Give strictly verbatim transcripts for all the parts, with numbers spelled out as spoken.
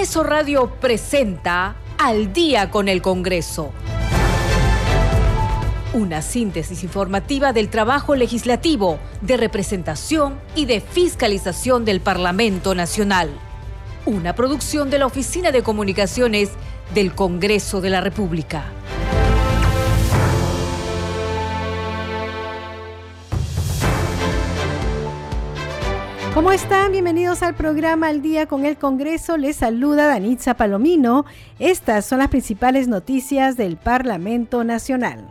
Congreso Radio presenta Al Día con el Congreso. Una síntesis informativa del trabajo legislativo, de representación y de fiscalización del Parlamento Nacional. Una producción de la Oficina de Comunicaciones del Congreso de la República. ¿Cómo están? Bienvenidos al programa Al Día con el Congreso. Les saluda Danitza Palomino. Estas son las principales noticias del Parlamento Nacional.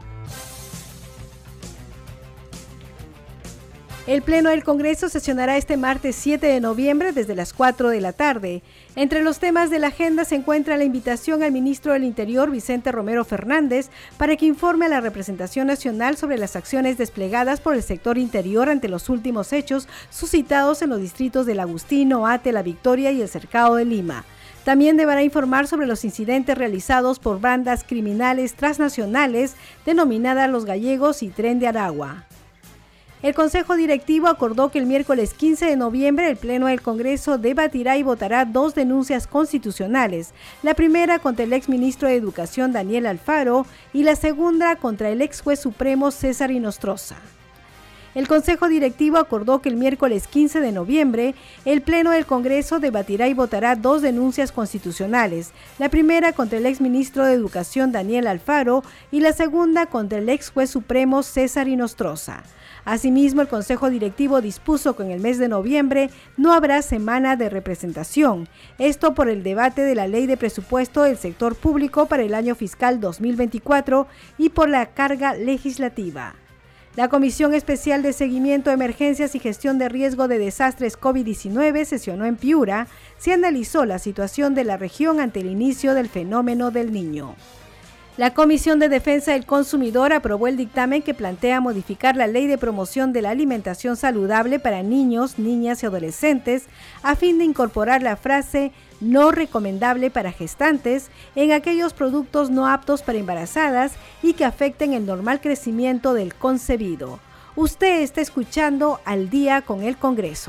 El Pleno del Congreso sesionará este martes siete de noviembre desde las cuatro de la tarde. Entre los temas de la agenda se encuentra la invitación al ministro del Interior, Vicente Romero Fernández, para que informe a la representación nacional sobre las acciones desplegadas por el sector interior ante los últimos hechos suscitados en los distritos del Agustino, Ate, La Victoria y el Cercado de Lima. También deberá informar sobre los incidentes realizados por bandas criminales transnacionales denominadas Los Gallegos y Tren de Aragua. El Consejo Directivo acordó que el miércoles quince de noviembre el Pleno del Congreso debatirá y votará dos denuncias constitucionales, la primera contra el exministro de Educación Daniel Alfaro y la segunda contra el ex juez supremo César Inostroza. El Consejo Directivo acordó que el miércoles quince de noviembre el Pleno del Congreso debatirá y votará dos denuncias constitucionales, la primera contra el exministro de Educación Daniel Alfaro y la segunda contra el ex juez supremo César Inostroza. Asimismo, el Consejo Directivo dispuso que en el mes de noviembre no habrá semana de representación, esto por el debate de la Ley de Presupuesto del Sector Público para el año fiscal dos mil veinticuatro y por la carga legislativa. La Comisión Especial de Seguimiento de Emergencias y Gestión de Riesgo de Desastres COVID diecinueve sesionó en Piura. Se analizó la situación de la región ante el inicio del fenómeno del Niño. La Comisión de Defensa del Consumidor aprobó el dictamen que plantea modificar la Ley de Promoción de la Alimentación Saludable para niños, niñas y adolescentes a fin de incorporar la frase no recomendable para gestantes en aquellos productos no aptos para embarazadas y que afecten el normal crecimiento del concebido. Usted está escuchando Al Día con el Congreso.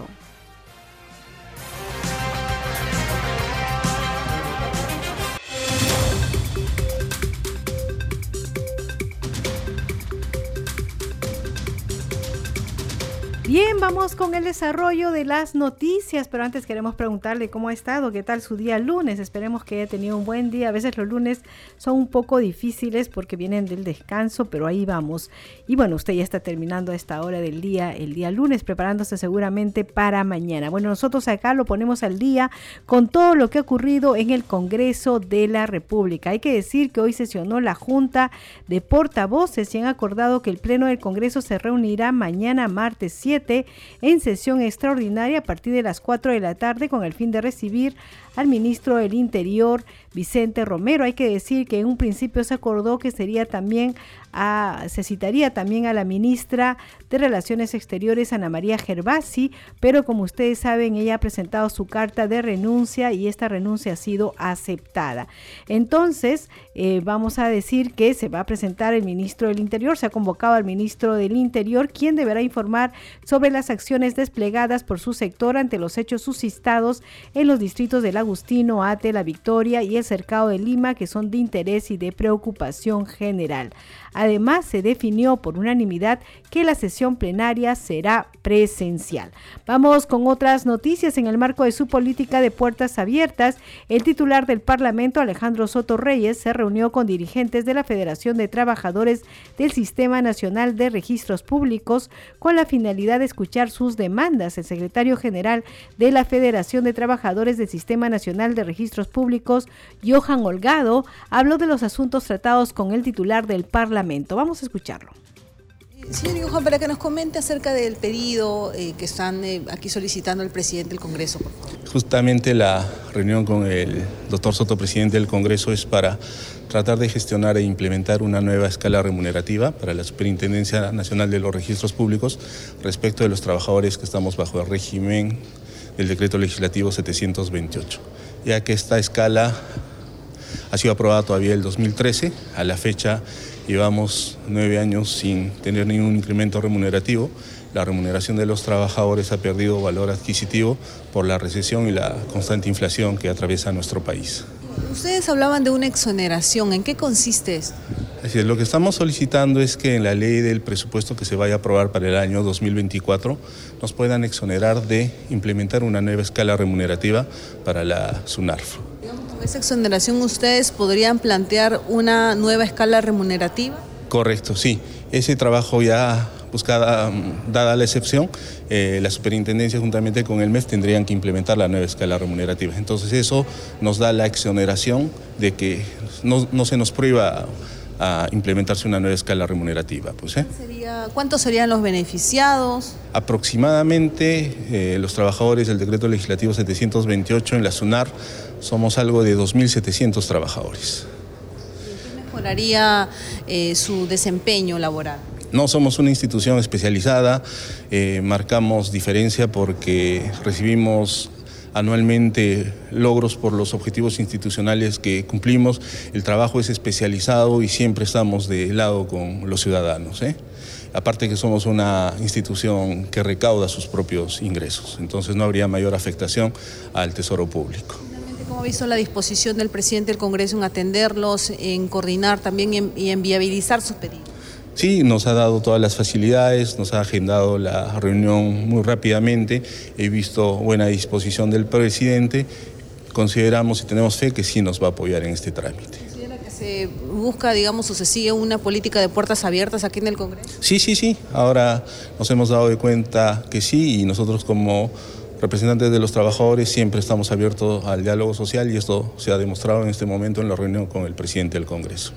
Bien, vamos con el desarrollo de las noticias, pero antes queremos preguntarle cómo ha estado, qué tal su día lunes. Esperemos que haya tenido un buen día. A veces los lunes son un poco difíciles porque vienen del descanso, pero ahí vamos. Y bueno, usted ya está terminando a esta hora del día, el día lunes, preparándose seguramente para mañana. Bueno, nosotros acá lo ponemos al día con todo lo que ha ocurrido en el Congreso de la República. Hay que decir que hoy sesionó la Junta de Portavoces y han acordado que el Pleno del Congreso se reunirá mañana martes siete en sesión extraordinaria a partir de las cuatro de la tarde con el fin de recibir al ministro del Interior, Vicente Romero. Hay que decir que en un principio se acordó que sería también a, se citaría también a la ministra de Relaciones Exteriores, Ana María Gervasi, pero como ustedes saben, ella ha presentado su carta de renuncia y esta renuncia ha sido aceptada. Entonces, eh, vamos a decir que se va a presentar el ministro del Interior, se ha convocado al ministro del Interior, quien deberá informar sobre las acciones desplegadas por su sector ante los hechos suscitados en los distritos del Agustino, Ate, La Victoria y el Cercado de Lima, que son de interés y de preocupación general. Además, se definió por unanimidad que la sesión plenaria será presencial. Vamos con otras noticias. En el marco de su política de puertas abiertas, el titular del Parlamento, Alejandro Soto Reyes, se reunió con dirigentes de la Federación de Trabajadores del Sistema Nacional de Registros Públicos con la finalidad de escuchar sus demandas. El secretario general de la Federación de Trabajadores del Sistema Nacional de Registros Públicos, Johan Holgado, habló de los asuntos tratados con el titular del Parlamento. Vamos a escucharlo. Señor Johan, para que nos comente acerca del pedido eh, que están eh, aquí solicitando el presidente del Congreso, por favor. Justamente la reunión con el doctor Soto, presidente del Congreso, es para tratar de gestionar e implementar una nueva escala remunerativa para la Superintendencia Nacional de los Registros Públicos respecto de los trabajadores que estamos bajo el régimen del Decreto Legislativo setecientos veintiocho, ya que esta escala ha sido aprobada todavía el dos mil trece, a la fecha llevamos nueve años sin tener ningún incremento remunerativo la remuneración de los trabajadores ha perdido valor adquisitivo por la recesión y la constante inflación que atraviesa nuestro país. Ustedes hablaban de una exoneración, ¿en qué consiste esto? Así es, lo que estamos solicitando es que en la ley del presupuesto que se vaya a aprobar para el año dos mil veinticuatro nos puedan exonerar de implementar una nueva escala remunerativa para la SUNARF. Con esa exoneración, ¿ustedes podrían plantear una nueva escala remunerativa? Correcto, sí. Ese trabajo ya buscada, dada la excepción, eh, la superintendencia juntamente con el M E F tendrían que implementar la nueva escala remunerativa. Entonces eso nos da la exoneración de que no, no se nos prohíba a implementarse una nueva escala remunerativa. Pues, ¿eh? ¿Sería, ¿Cuántos serían los beneficiados? Aproximadamente eh, los trabajadores del decreto legislativo setecientos veintiocho en la SUNAR somos algo de dos mil setecientos trabajadores. ¿Y qué mejoraría eh, su desempeño laboral? No somos una institución especializada, eh, marcamos diferencia porque recibimos anualmente logros por los objetivos institucionales que cumplimos. El trabajo es especializado y siempre estamos de lado con los ciudadanos, ¿eh? Aparte que somos una institución que recauda sus propios ingresos, entonces no habría mayor afectación al tesoro público. ¿Cómo ha visto la disposición del presidente del Congreso en atenderlos, en coordinar también y en, y en viabilizar sus pedidos? Sí, nos ha dado todas las facilidades, nos ha agendado la reunión muy rápidamente, he visto buena disposición del presidente, consideramos y tenemos fe que sí nos va a apoyar en este trámite. ¿Considera que se busca, digamos, o se sigue una política de puertas abiertas aquí en el Congreso? Sí, sí, sí, ahora nos hemos dado de cuenta que sí y nosotros como representantes de los trabajadores siempre estamos abiertos al diálogo social y esto se ha demostrado en este momento en la reunión con el presidente del Congreso.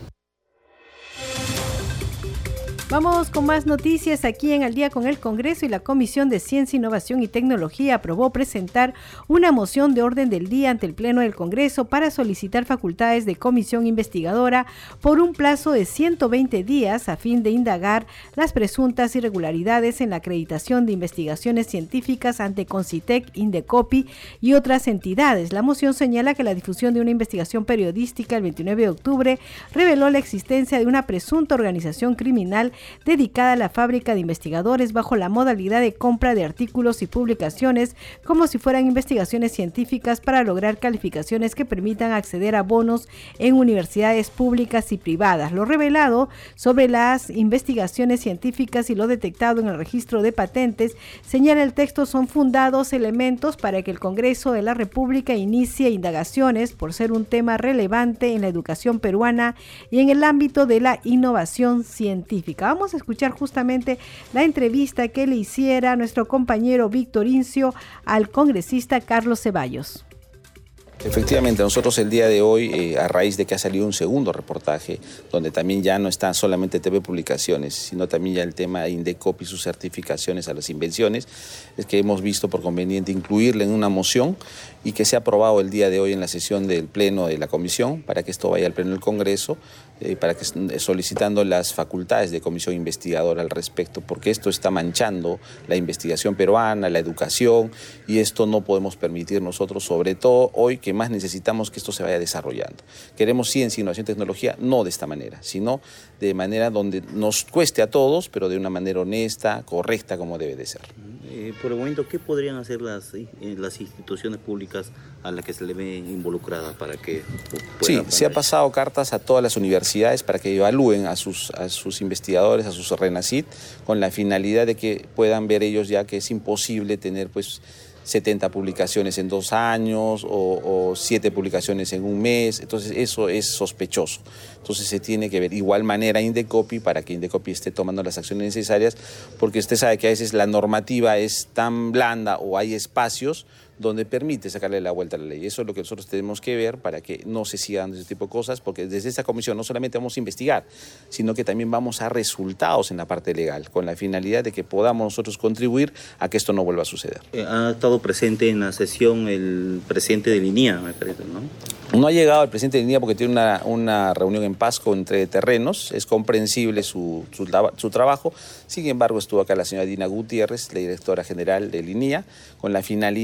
Vamos con más noticias aquí en Al Día con el Congreso y la Comisión de Ciencia, Innovación y Tecnología aprobó presentar una moción de orden del día ante el Pleno del Congreso para solicitar facultades de comisión investigadora por un plazo de ciento veinte días a fin de indagar las presuntas irregularidades en la acreditación de investigaciones científicas ante Concitec, Indecopi y otras entidades. La moción señala que la difusión de una investigación periodística el veintinueve de octubre reveló la existencia de una presunta organización criminal dedicada a la fábrica de investigadores bajo la modalidad de compra de artículos y publicaciones como si fueran investigaciones científicas para lograr calificaciones que permitan acceder a bonos en universidades públicas y privadas. Lo revelado sobre las investigaciones científicas y lo detectado en el registro de patentes, señala el texto, son fundados elementos para que el Congreso de la República inicie indagaciones por ser un tema relevante en la educación peruana y en el ámbito de la innovación científica. Vamos a escuchar justamente la entrevista que le hiciera nuestro compañero Víctor Incio al congresista Carlos Ceballos. Efectivamente, nosotros el día de hoy, eh, a raíz de que ha salido un segundo reportaje, donde también ya no está solamente T V Publicaciones, sino también ya el tema de Indecopi y sus certificaciones a las invenciones, es que hemos visto por conveniente incluirle en una moción y que sea aprobado el día de hoy en la sesión del Pleno de la Comisión, para que esto vaya al Pleno del Congreso, eh, para que solicitando las facultades de comisión investigadora al respecto, porque esto está manchando la investigación peruana, la educación, y esto no podemos permitir nosotros, sobre todo hoy que más necesitamos que esto se vaya desarrollando. Queremos ciencia, innovación y tecnología, no de esta manera, sino de manera donde nos cueste a todos, pero de una manera honesta, correcta, como debe de ser. Eh, por el momento, ¿qué podrían hacer las, eh, las instituciones públicas a las que se le ve involucrada para que Sí, se ha pasado cartas a todas las universidades para que evalúen a sus, a sus investigadores, a sus RENACYT, con la finalidad de que puedan ver ellos ya que es imposible tener pues setenta publicaciones en dos años o, o siete publicaciones en un mes, entonces eso es sospechoso. Entonces se tiene que ver igual manera Indecopi para que Indecopi esté tomando las acciones necesarias, porque usted sabe que a veces la normativa es tan blanda o hay espacios donde permite sacarle la vuelta a la ley. Eso es lo que nosotros tenemos que ver para que no se siga dando ese tipo de cosas, porque desde esta comisión no solamente vamos a investigar, sino que también vamos a resultados en la parte legal, con la finalidad de que podamos nosotros contribuir a que esto no vuelva a suceder. Ha estado presente en la sesión el presidente de Línea, me parece, ¿no? No ha llegado el presidente de Línea porque tiene una, una reunión en Pasco entre terrenos, es comprensible su, su, su trabajo. Sin embargo, estuvo acá la señora Dina Gutiérrez, la directora general de Línea, con la finalidad de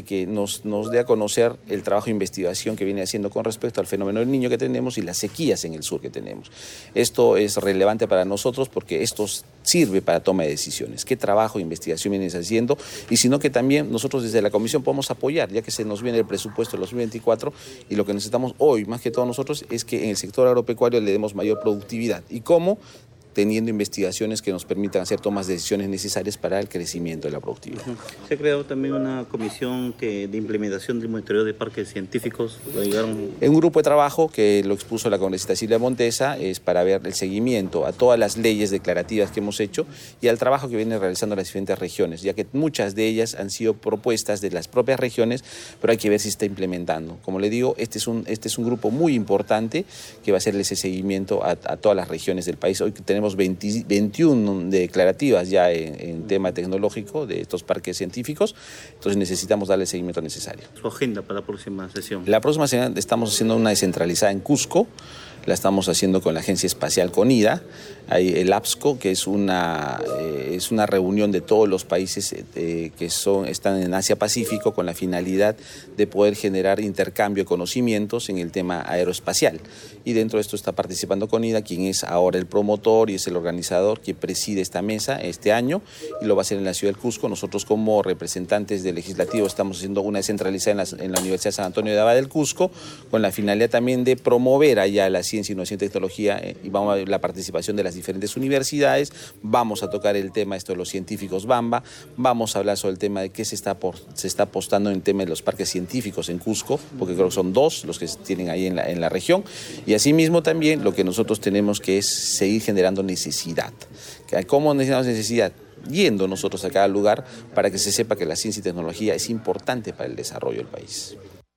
de que nos, nos dé a conocer el trabajo de investigación que viene haciendo con respecto al fenómeno del niño que tenemos y las sequías en el sur que tenemos. Esto es relevante para nosotros porque esto sirve para toma de decisiones. ¿Qué trabajo de investigación vienes haciendo? Y sino que también nosotros desde la Comisión podemos apoyar, ya que se nos viene el presupuesto de dos mil veinticuatro y lo que necesitamos hoy, más que todos nosotros, es que en el sector agropecuario le demos mayor productividad. ¿Y cómo? Teniendo investigaciones que nos permitan hacer tomas de decisiones necesarias para el crecimiento de la productividad. Se ha creado también una comisión que, de implementación del monitoreo de parques científicos. Llegaron... Un grupo de trabajo que lo expuso la congresista Silvia Montesa es para ver el seguimiento a todas las leyes declarativas que hemos hecho y al trabajo que vienen realizando las diferentes regiones, ya que muchas de ellas han sido propuestas de las propias regiones, pero hay que ver si está implementando. Como le digo, este es un, este es un grupo muy importante que va a hacerle ese seguimiento a, a todas las regiones del país. Hoy tenemos veinte, veintiuna declarativas ya en, en tema tecnológico de estos parques científicos, entonces necesitamos darle el seguimiento necesario. ¿Su agenda para la próxima sesión? La próxima sesión estamos haciendo una descentralizada en Cusco, la estamos haciendo con la Agencia Espacial CONIDA, hay el APSCO, que es una, eh, es una reunión de todos los países eh, que son, están en Asia-Pacífico con la finalidad de poder generar intercambio de conocimientos en el tema aeroespacial. Y dentro de esto está participando CONIDA, quien es ahora el promotor y es el organizador que preside esta mesa este año y lo va a hacer en la ciudad del Cusco. Nosotros como representantes del Legislativo estamos haciendo una descentralizada en la, en la Universidad de San Antonio de Abad del Cusco con la finalidad también de promover allá la ciencia, innovación y tecnología eh, y vamos a ver la participación de las diferentes universidades, vamos a tocar el tema esto de los científicos Bamba, vamos a hablar sobre el tema de qué se está, por, se está apostando en el tema de los parques científicos en Cusco, porque creo que son dos los que tienen ahí en la, en la región, y asimismo también lo que nosotros tenemos que es seguir generando necesidad. ¿Cómo necesitamos necesidad? Yendo nosotros a cada lugar para que se sepa que la ciencia y tecnología es importante para el desarrollo del país.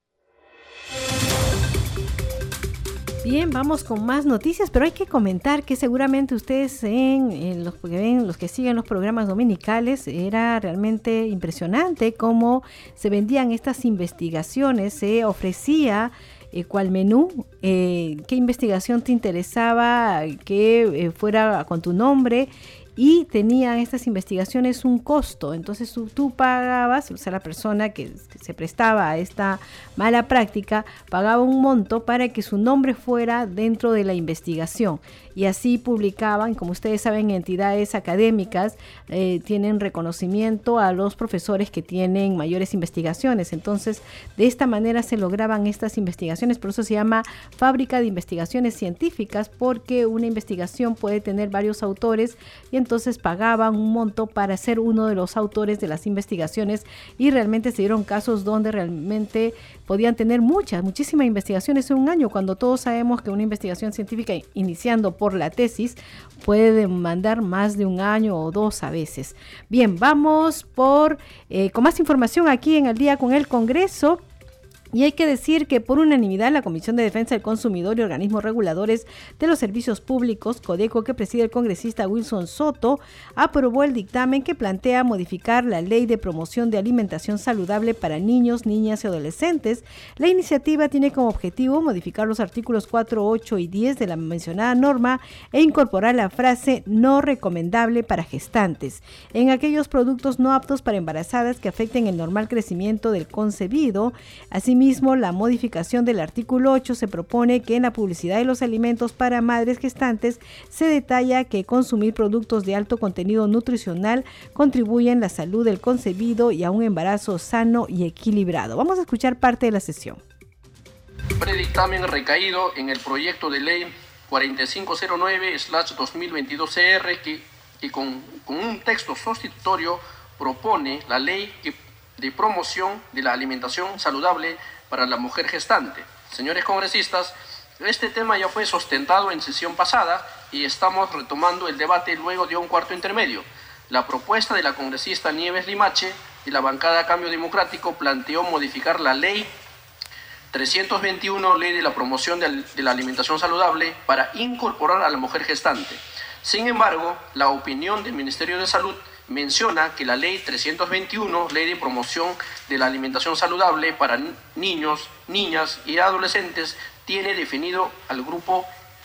Bien, vamos con más noticias, pero hay que comentar que seguramente ustedes en, en los que ven, los que siguen los programas dominicales, era realmente impresionante cómo se vendían estas investigaciones, se ofrecía eh, cuál menú, eh, qué investigación te interesaba, que eh, fuera con tu nombre. Y tenían estas investigaciones un costo, entonces tú, tú pagabas, o sea, la persona que, que se prestaba a esta mala práctica pagaba un monto para que su nombre fuera dentro de la investigación y así publicaban, como ustedes saben, entidades académicas eh, tienen reconocimiento a los profesores que tienen mayores investigaciones, entonces de esta manera se lograban estas investigaciones, por eso se llama fábrica de investigaciones científicas, porque una investigación puede tener varios autores y entonces pagaban un monto para ser uno de los autores de las investigaciones y realmente se dieron casos donde realmente podían tener muchas, muchísimas investigaciones en un año, cuando todos sabemos que una investigación científica iniciando por la tesis puede demandar más de un año o dos a veces. Bien, vamos por eh, con más información aquí en Al Día con el Congreso. Y hay que decir que por unanimidad la Comisión de Defensa del Consumidor y Organismos Reguladores de los Servicios Públicos, Codeco, que preside el congresista Wilson Soto, aprobó el dictamen que plantea modificar la Ley de Promoción de Alimentación Saludable para Niños, Niñas y Adolescentes. La iniciativa tiene como objetivo modificar los artículos cuatro, ocho y diez de la mencionada norma e incorporar la frase no recomendable para gestantes en aquellos productos no aptos para embarazadas que afecten el normal crecimiento del concebido. Asimismo, la modificación del artículo ocho se propone que en la publicidad de los alimentos para madres gestantes se detalla que consumir productos de alto contenido nutricional contribuyen a la salud del concebido y a un embarazo sano y equilibrado. Vamos a escuchar parte de la sesión. Predictamen recaído en el proyecto de ley cuarenta y cinco cero nueve slash dos mil veintidós C R que, que con, con un texto sustitutorio propone la ley que de promoción de la alimentación saludable para la mujer gestante. Señores congresistas, este tema ya fue sustentado en sesión pasada y estamos retomando el debate luego de un cuarto intermedio. La propuesta de la congresista Nieves Limache y la bancada Cambio Democrático planteó modificar la ley trescientos veintiuno, ley de la promoción de, de la alimentación saludable, para incorporar a la mujer gestante. Sin embargo, la opinión del Ministerio de Salud menciona que la ley trescientos veintiuno, ley de promoción de la alimentación saludable para niños, niñas y adolescentes, tiene definido al grupo,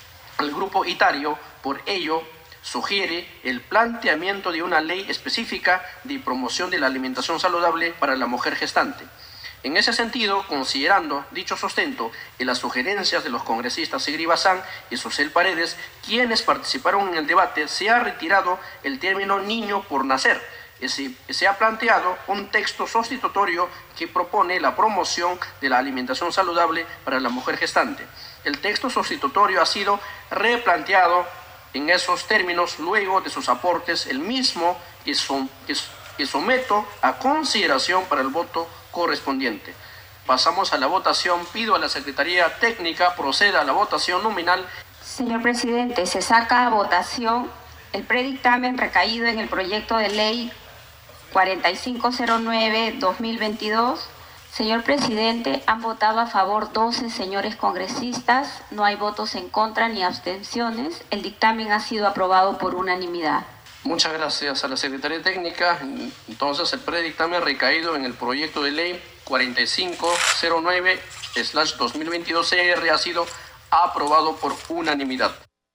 al grupo etario. Por ello, sugiere el planteamiento de una ley específica de promoción de la alimentación saludable para la mujer gestante. En ese sentido, considerando dicho sustento y las sugerencias de los congresistas Sigri Bazán y Susel Paredes, quienes participaron en el debate, se ha retirado el término niño por nacer. Se, se ha planteado un texto sustitutorio que propone la promoción de la alimentación saludable para la mujer gestante. El texto sustitutorio ha sido replanteado en esos términos luego de sus aportes, el mismo que, son, que, que someto a consideración para el voto correspondiente. Pasamos a la votación. Pido a la Secretaría Técnica proceda a la votación nominal. Señor presidente, se saca a votación el predictamen recaído en el proyecto de ley cuarenta y cinco cero nueve guión dos mil veintidós. Señor presidente, han votado a favor doce señores congresistas, no hay votos en contra ni abstenciones. El dictamen ha sido aprobado por unanimidad. Muchas gracias a la Secretaría Técnica. Entonces, el predictamen recaído en el proyecto de ley cuarenta y cinco cero nueve guión dos mil veintidós C R ha sido aprobado por unanimidad.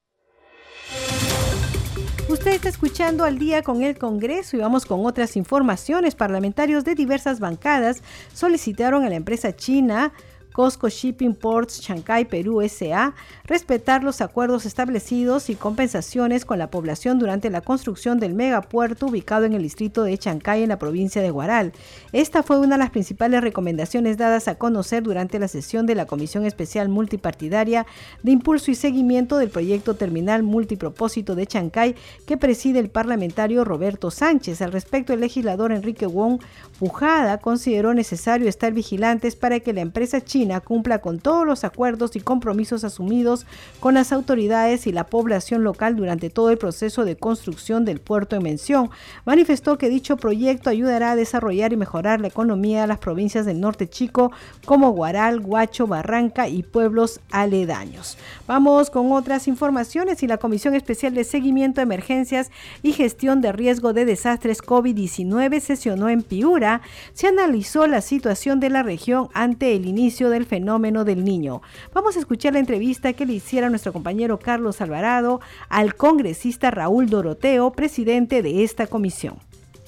Usted está escuchando Al Día con el Congreso y vamos con otras informaciones. Parlamentarios de diversas bancadas solicitaron a la empresa china COSCO Shipping Ports Chancay Perú S A respetar los acuerdos establecidos y compensaciones con la población durante la construcción del megapuerto ubicado en el distrito de Chancay en la provincia de Huaral. Esta fue una de las principales recomendaciones dadas a conocer durante la sesión de la Comisión Especial Multipartidaria de Impulso y Seguimiento del Proyecto Terminal Multipropósito de Chancay que preside el parlamentario Roberto Sánchez. Al respecto, el legislador Enrique Wong Pujada consideró necesario estar vigilantes para que la empresa china cumpla con todos los acuerdos y compromisos asumidos con las autoridades y la población local durante todo el proceso de construcción del puerto en mención. Manifestó que dicho proyecto ayudará a desarrollar y mejorar la economía de las provincias del norte chico como Huaral, Huacho, Barranca y pueblos aledaños. Vamos con otras informaciones y la Comisión Especial de Seguimiento de Emergencias y Gestión de Riesgo de Desastres COVID diecinueve sesionó en Piura. Se analizó la situación de la región ante el inicio de del fenómeno del Niño. Vamos a escuchar la entrevista que le hiciera nuestro compañero Carlos Alvarado al congresista Raúl Doroteo, presidente de esta comisión.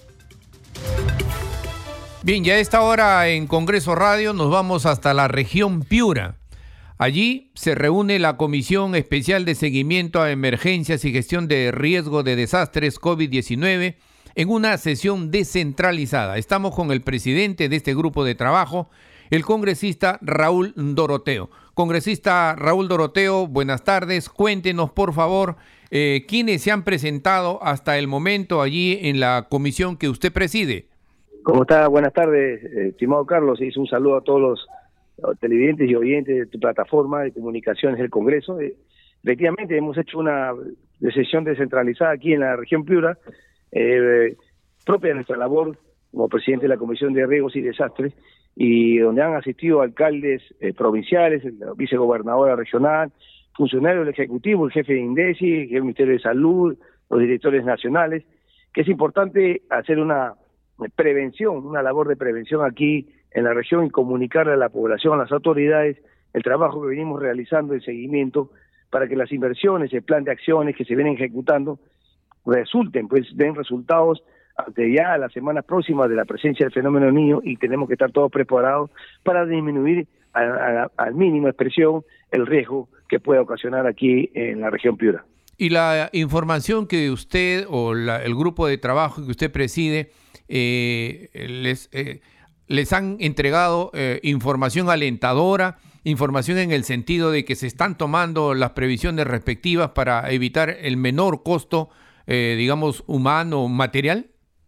Bien, ya a esta hora en Congreso Radio nos vamos hasta la región Piura. Allí se reúne la Comisión Especial de Seguimiento a Emergencias y Gestión de Riesgo de Desastres COVID diecinueve en una sesión descentralizada. Estamos con el presidente de este grupo de trabajo, el congresista Raúl Doroteo. Congresista Raúl Doroteo, buenas tardes. Cuéntenos, por favor, eh, quiénes se han presentado hasta el momento allí en la comisión que usted preside. ¿Cómo está? Buenas tardes, estimado Carlos. Un saludo a todos los televidentes y oyentes de tu plataforma de comunicaciones del Congreso. Efectivamente, hemos hecho una sesión descentralizada aquí en la región Piura, eh, propia de nuestra labor como presidente de la Comisión de Riesgos y Desastres, y donde han asistido alcaldes eh, provinciales, la vicegobernadora regional, funcionarios del Ejecutivo, el jefe de INDECI, el Ministerio de Salud, los directores nacionales, que es importante hacer una prevención, una labor de prevención aquí en la región y comunicarle a la población, a las autoridades, el trabajo que venimos realizando de seguimiento para que las inversiones, el plan de acciones que se vienen ejecutando resulten, pues den resultados ante ya las semanas próximas de la presencia del fenómeno del Niño, y tenemos que estar todos preparados para disminuir a, a, al mínimo expresión el riesgo que pueda ocasionar aquí en la región Piura. Y la información que usted o la, el grupo de trabajo que usted preside eh, les, eh, les han entregado eh, información alentadora, información en el sentido de que se están tomando las previsiones respectivas para evitar el menor costo, eh, digamos, humano, material.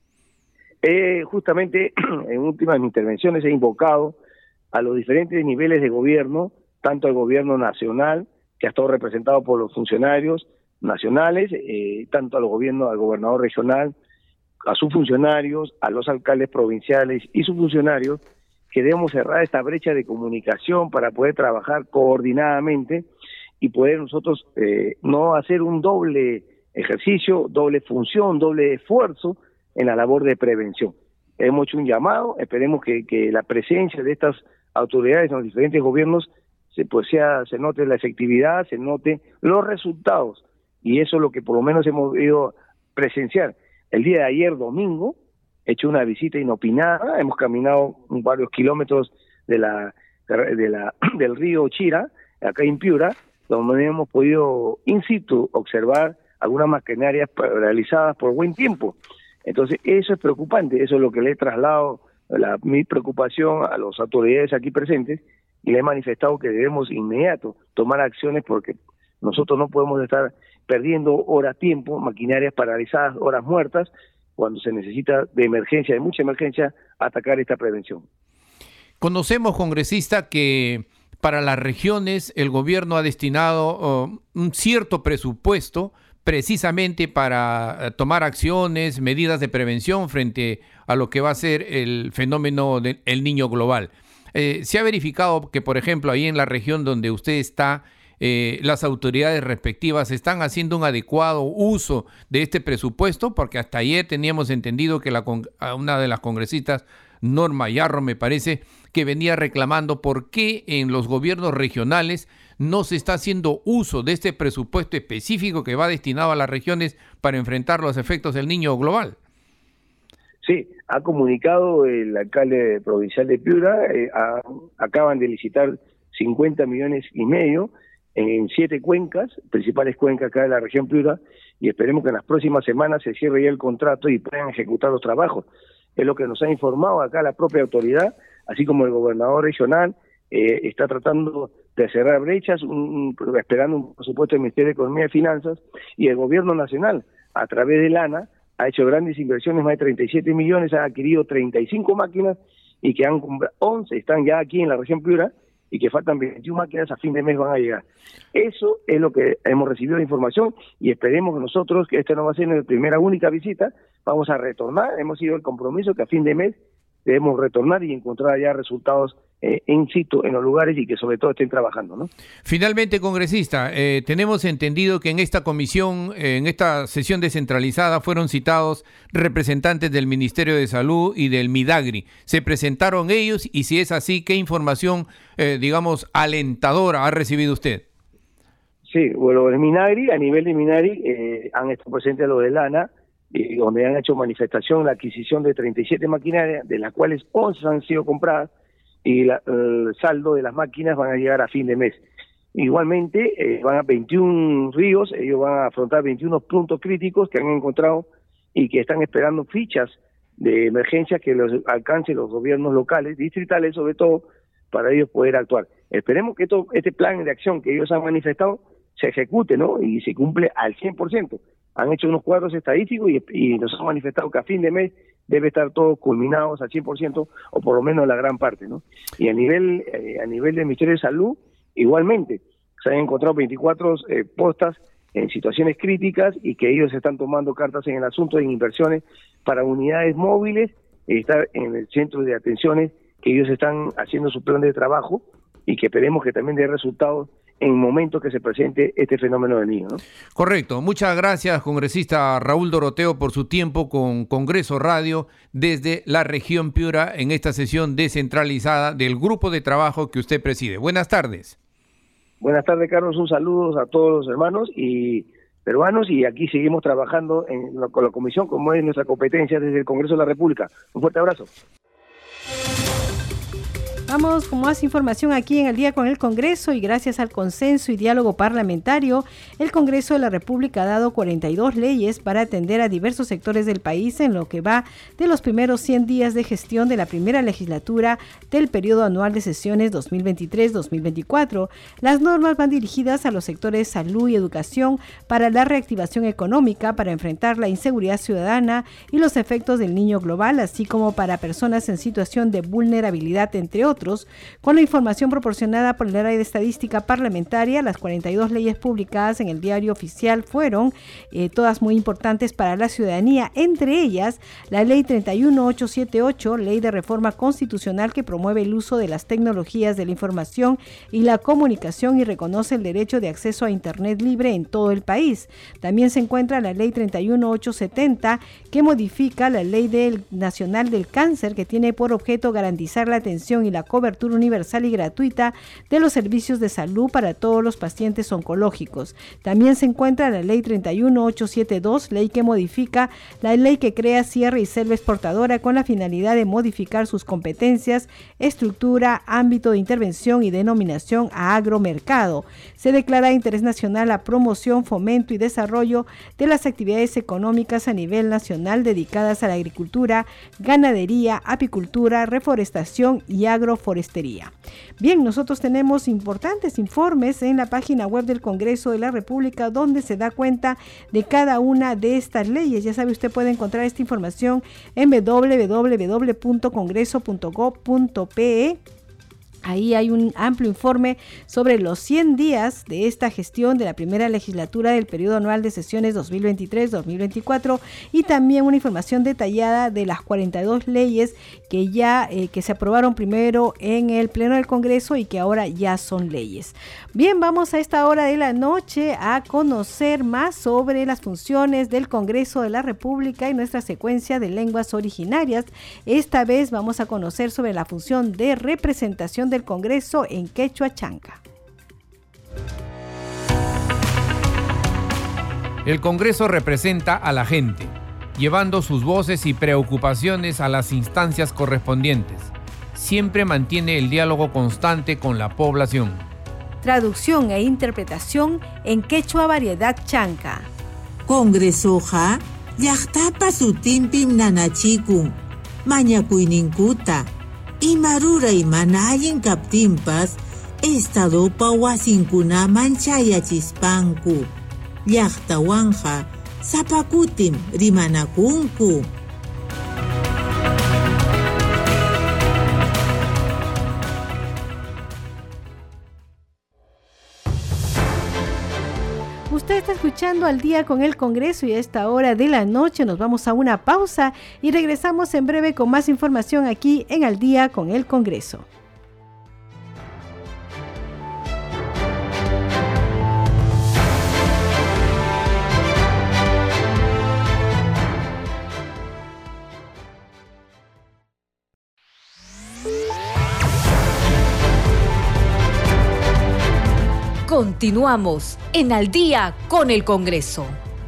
Eh, justamente en últimas intervenciones he invocado a los diferentes niveles de gobierno, tanto al gobierno nacional, que ha estado representado por los funcionarios nacionales, eh, tanto al gobierno, al gobernador regional, a sus funcionarios, a los alcaldes provinciales y sus funcionarios, que debemos cerrar esta brecha de comunicación para poder trabajar coordinadamente y poder nosotros eh, no hacer un doble ejercicio, doble función, doble esfuerzo en la labor de prevención. Hemos hecho un llamado, esperemos que, que la presencia de estas autoridades en los diferentes gobiernos se, pues sea, se note la efectividad, se note los resultados, y eso es lo que por lo menos hemos podido presenciar. El día de ayer, domingo, hecho una visita inopinada, hemos caminado varios kilómetros de la, de la del río Chira, acá en Piura, donde hemos podido in situ observar algunas maquinarias realizadas por buen tiempo. Entonces eso es preocupante, eso es lo que le he trasladado la, mi preocupación a las autoridades aquí presentes, y le he manifestado que debemos inmediato tomar acciones porque nosotros no podemos estar perdiendo horas tiempo, maquinarias paralizadas, horas muertas, cuando se necesita de emergencia, de mucha emergencia, atacar esta prevención. Conocemos, congresista, que para las regiones el gobierno ha destinado uh, un cierto presupuesto precisamente para uh, tomar acciones, medidas de prevención frente a lo que va a ser el fenómeno del Niño global. Eh, se ha verificado que, por ejemplo, ahí en la región donde usted está, eh, las autoridades respectivas están haciendo un adecuado uso de este presupuesto, porque hasta ayer teníamos entendido que la, una de las congresistas, Norma Yarro, me parece, que venía reclamando por qué en los gobiernos regionales no se está haciendo uso de este presupuesto específico que va destinado a las regiones para enfrentar los efectos del Niño global. Sí, ha comunicado el alcalde provincial de Piura, eh, a, acaban de licitar cincuenta millones y medio en siete cuencas, principales cuencas acá de la región Piura, y esperemos que en las próximas semanas se cierre ya el contrato y puedan ejecutar los trabajos. Es lo que nos ha informado acá la propia autoridad, así como el gobernador regional eh, está tratando de cerrar brechas, un, un, esperando un presupuesto del Ministerio de Economía y Finanzas, y el gobierno nacional, a través del ANA, ha hecho grandes inversiones, más de treinta y siete millones, ha adquirido treinta y cinco máquinas, y que han comprado once, están ya aquí en la región Piura, y que faltan veintiuna máquinas, a fin de mes van a llegar. Eso es lo que hemos recibido de información, y esperemos que nosotros, que esta no va a ser nuestra primera única visita, vamos a retornar, hemos ido el compromiso que a fin de mes debemos retornar y encontrar ya resultados eh, in situ en los lugares y que sobre todo estén trabajando, ¿no? Finalmente, congresista, eh, tenemos entendido que en esta comisión, eh, en esta sesión descentralizada, fueron citados representantes del Ministerio de Salud y del Midagri. ¿Se presentaron ellos? Y si es así, ¿qué información, eh, digamos, alentadora ha recibido usted? Sí, bueno, el Minagri, a nivel de Minagri, eh, han estado presentes los del ANA, y donde han hecho manifestación la adquisición de treinta y siete maquinarias, de las cuales once han sido compradas, y la, el saldo de las máquinas van a llegar a fin de mes. Igualmente, eh, van a veintiún ríos, ellos van a afrontar veintiún puntos críticos que han encontrado y que están esperando fichas de emergencia que los alcancen los gobiernos locales, distritales sobre todo, para ellos poder actuar. Esperemos que esto, este plan de acción que ellos han manifestado se ejecute, ¿no? Y se cumple al cien por ciento. Han hecho unos cuadros estadísticos y, y nos han manifestado que a fin de mes debe estar todo culminados al cien por ciento o por lo menos la gran parte, ¿no? Y a nivel eh, a nivel del Ministerio de Salud, igualmente, se han encontrado veinticuatro eh, postas en situaciones críticas y que ellos están tomando cartas en el asunto de inversiones para unidades móviles, estar en el centro de atenciones, que ellos están haciendo su plan de trabajo y que esperemos que también dé resultados en momentos que se presente este fenómeno del niño, ¿no? Correcto. Muchas gracias, congresista Raúl Doroteo, por su tiempo con Congreso Radio desde la región Piura en esta sesión descentralizada del grupo de trabajo que usted preside. Buenas tardes. Buenas tardes, Carlos. Un saludo a todos los hermanos y peruanos, y aquí seguimos trabajando en la, con la comisión, como es nuestra competencia desde el Congreso de la República. Un fuerte abrazo. Vamos con más información aquí en El Día con el Congreso, y gracias al consenso y diálogo parlamentario, el Congreso de la República ha dado cuarenta y dos leyes para atender a diversos sectores del país en lo que va de los primeros cien días de gestión de la primera legislatura del periodo anual de sesiones dos mil veintitrés dos mil veinticuatro. Las normas van dirigidas a los sectores salud y educación para la reactivación económica, para enfrentar la inseguridad ciudadana y los efectos del Niño global, así como para personas en situación de vulnerabilidad, entre otros. Con la información proporcionada por el área de estadística parlamentaria, las cuarenta y dos leyes publicadas en el diario oficial fueron eh, todas muy importantes para la ciudadanía, entre ellas la ley treinta y uno mil ochocientos setenta y ocho, ley de reforma constitucional que promueve el uso de las tecnologías de la información y la comunicación y reconoce el derecho de acceso a Internet libre en todo el país. También se encuentra la ley treinta y uno mil ochocientos setenta, que modifica la ley del, nacional del cáncer, que tiene por objeto garantizar la atención y la cobertura universal y gratuita de los servicios de salud para todos los pacientes oncológicos. También se encuentra la Ley treinta y uno mil ochocientos setenta y dos, ley que modifica la ley que crea Sierra y Selva Exportadora con la finalidad de modificar sus competencias, estructura, ámbito de intervención y denominación a agromercado. Se declara de interés nacional la promoción, fomento y desarrollo de las actividades económicas a nivel nacional dedicadas a la agricultura, ganadería, apicultura, reforestación y agroforestería. Bien, nosotros tenemos importantes informes en la página web del Congreso de la República donde se da cuenta de cada una de estas leyes. Ya sabe, usted puede encontrar esta información en doble u doble u doble u punto congreso punto gob punto pe. Ahí hay un amplio informe sobre los cien días de esta gestión de la primera legislatura del periodo anual de sesiones dos mil veintitrés dos mil veinticuatro y también una información detallada de las cuarenta y dos leyes que ya eh, que se aprobaron primero en el Pleno del Congreso y que ahora ya son leyes. Bien, vamos a esta hora de la noche a conocer más sobre las funciones del Congreso de la República y nuestra secuencia de lenguas originarias. Esta vez vamos a conocer sobre la función de representación del Congreso en quechua chanca. El Congreso representa a la gente, llevando sus voces y preocupaciones a las instancias correspondientes. Siempre mantiene el diálogo constante con la población. Traducción e interpretación en quechua variedad chanca. Congresoja, llaqtapa sutimpim nanachikun, mañakuininkuta, imarura imana allin kaptinpas, estadopa wasinkunaman chayachispanku. Llaqtawanja, sapakutim rimanakunku. Usted está escuchando Al Día con el Congreso y a esta hora de la noche nos vamos a una pausa y regresamos en breve con más información aquí en Al Día con el Congreso. Continuamos en Al Día con el Congreso.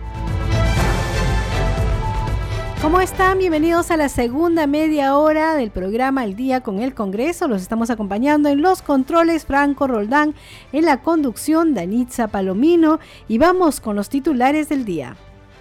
¿Cómo están? Bienvenidos a la segunda media hora del programa Al Día con el Congreso. Los estamos acompañando en los controles Franco Roldán, en la conducción Danitza Palomino y vamos con los titulares del día.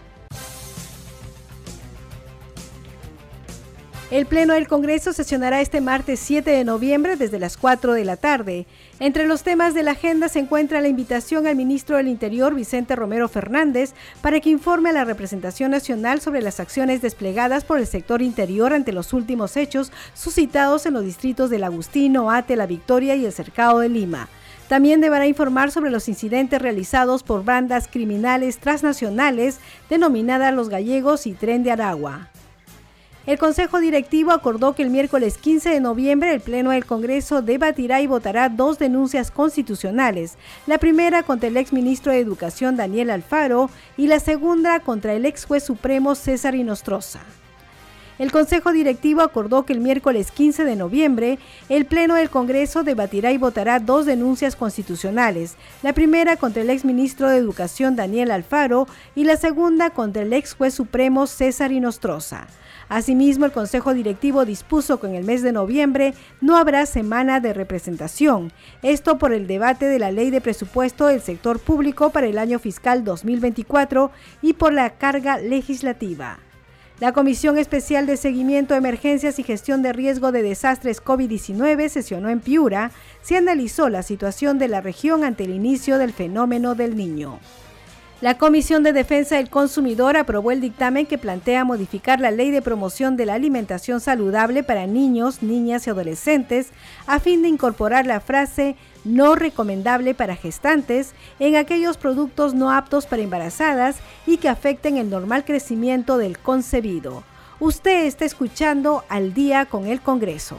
El Pleno del Congreso sesionará este martes siete de noviembre desde las cuatro de la tarde. Entre los temas de la agenda se encuentra la invitación al ministro del Interior, Vicente Romero Fernández, para que informe a la representación nacional sobre las acciones desplegadas por el sector interior ante los últimos hechos suscitados en los distritos del Agustino, Ate, La Victoria y el Cercado de Lima. También deberá informar sobre los incidentes realizados por bandas criminales transnacionales denominadas Los Gallegos y Tren de Aragua. El Consejo Directivo acordó que el miércoles quince de noviembre el Pleno del Congreso debatirá y votará dos denuncias constitucionales, la primera contra el exministro de Educación Daniel Alfaro y la segunda contra el ex juez supremo César Inostroza. El Consejo Directivo acordó que el miércoles quince de noviembre el Pleno del Congreso debatirá y votará dos denuncias constitucionales, la primera contra el exministro de Educación Daniel Alfaro y la segunda contra el ex juez supremo César Inostroza. Asimismo, el Consejo Directivo dispuso que en el mes de noviembre no habrá semana de representación, esto por el debate de la Ley de Presupuesto del Sector Público para el año fiscal dos mil veinticuatro y por la carga legislativa. La Comisión Especial de Seguimiento a Emergencias y Gestión de Riesgo de Desastres COVID diecinueve sesionó en Piura. Se analizó la situación de la región ante el inicio del fenómeno del Niño. La Comisión de Defensa del Consumidor aprobó el dictamen que plantea modificar la Ley de Promoción de la Alimentación Saludable para niños, niñas y adolescentes a fin de incorporar la frase no recomendable para gestantes en aquellos productos no aptos para embarazadas y que afecten el normal crecimiento del concebido. Usted está escuchando Al Día con el Congreso.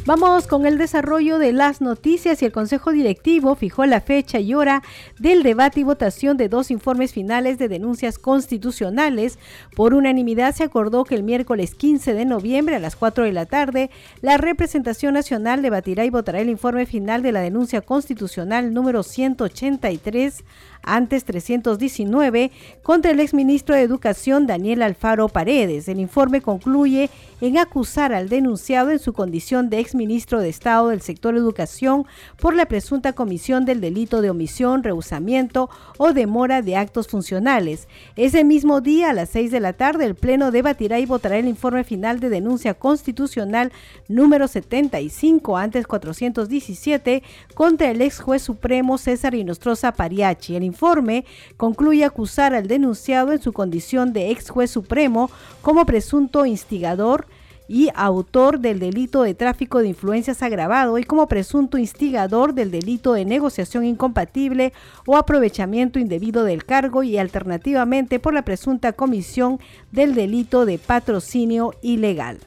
Vamos con el desarrollo de las noticias y el Consejo Directivo fijó la fecha y hora del debate y votación de dos informes finales de denuncias constitucionales. Por unanimidad se acordó que el miércoles quince de noviembre a las cuatro de la tarde, la representación nacional debatirá y votará el informe final de la denuncia constitucional número ciento ochenta y tres, antes trescientos diecinueve, contra el exministro de Educación Daniel Alfaro Paredes. El informe concluye en acusar al denunciado en su condición de exministro de Estado del sector educación por la presunta comisión del delito de omisión, rehusamiento o demora de actos funcionales. Ese mismo día, a las seis de la tarde, el Pleno debatirá y votará el informe final de denuncia constitucional número setenta y cinco, antes cuatrocientos diecisiete, contra el ex juez supremo César Inostroza Pariachi. El informe concluye acusar al denunciado en su condición de ex juez supremo como presunto instigador y autor del delito de tráfico de influencias agravado y como presunto instigador del delito de negociación incompatible o aprovechamiento indebido del cargo y alternativamente por la presunta comisión del delito de patrocinio ilegal.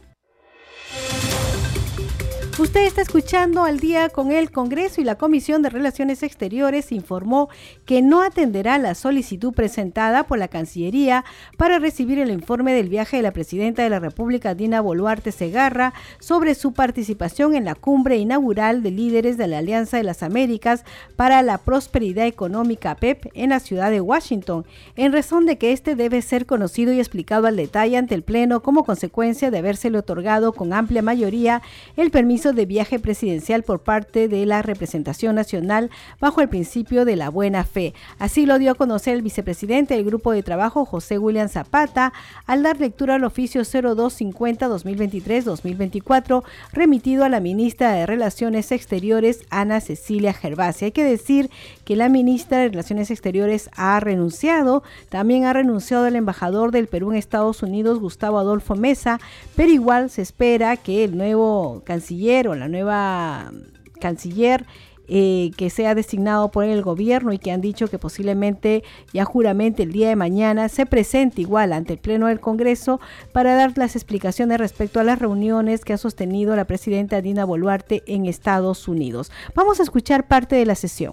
Usted está escuchando Al Día con el Congreso y la Comisión de Relaciones Exteriores informó que no atenderá la solicitud presentada por la Cancillería para recibir el informe del viaje de la Presidenta de la República, Dina Boluarte Segarra, sobre su participación en la cumbre inaugural de líderes de la Alianza de las Américas para la Prosperidad Económica, A P E P, en la ciudad de Washington, en razón de que este debe ser conocido y explicado al detalle ante el Pleno como consecuencia de habérsele otorgado con amplia mayoría el permiso de viaje presidencial por parte de la representación nacional bajo el principio de la buena fe. Así lo dio a conocer el vicepresidente del Grupo de Trabajo, José William Zapata, al dar lectura al oficio cero dos cincuenta guión dos mil veintitrés guión dos mil veinticuatro remitido a la ministra de Relaciones Exteriores, Ana Cecilia Gervasi. Hay que decir que la ministra de Relaciones Exteriores ha renunciado, también ha renunciado el embajador del Perú en Estados Unidos, Gustavo Adolfo Mesa, pero igual se espera que el nuevo canciller o la nueva canciller eh, que sea designado por el gobierno y que han dicho que posiblemente ya juramente el día de mañana se presente igual ante el Pleno del Congreso para dar las explicaciones respecto a las reuniones que ha sostenido la presidenta Dina Boluarte en Estados Unidos. Vamos a escuchar parte de la sesión.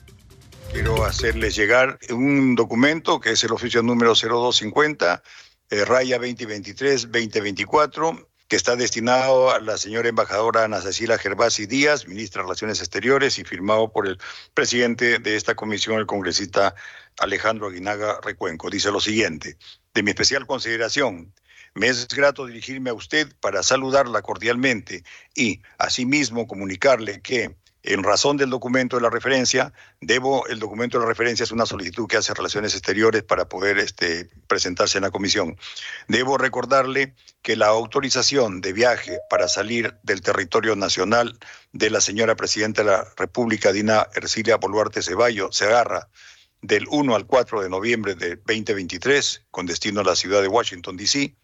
Quiero hacerles llegar un documento que es el oficio número cero dos cincuenta, eh, raya veinte veintitrés veinte veinticuatro, que está destinado a la señora embajadora Ana Cecilia Gervasi Díaz, ministra de Relaciones Exteriores, y firmado por el presidente de esta comisión, el congresista Alejandro Aguinaga Recuenco. Dice lo siguiente: de mi especial consideración, me es grato dirigirme a usted para saludarla cordialmente y, asimismo, comunicarle que, en razón del documento de la referencia, debo, el documento de la referencia es una solicitud que hace Relaciones Exteriores para poder este, presentarse en la comisión. Debo recordarle que la autorización de viaje para salir del territorio nacional de la señora Presidenta de la República, Dina Ercilia Boluarte Segarra, del uno al cuatro de noviembre de veinte veintitrés, con destino a la ciudad de Washington, D C,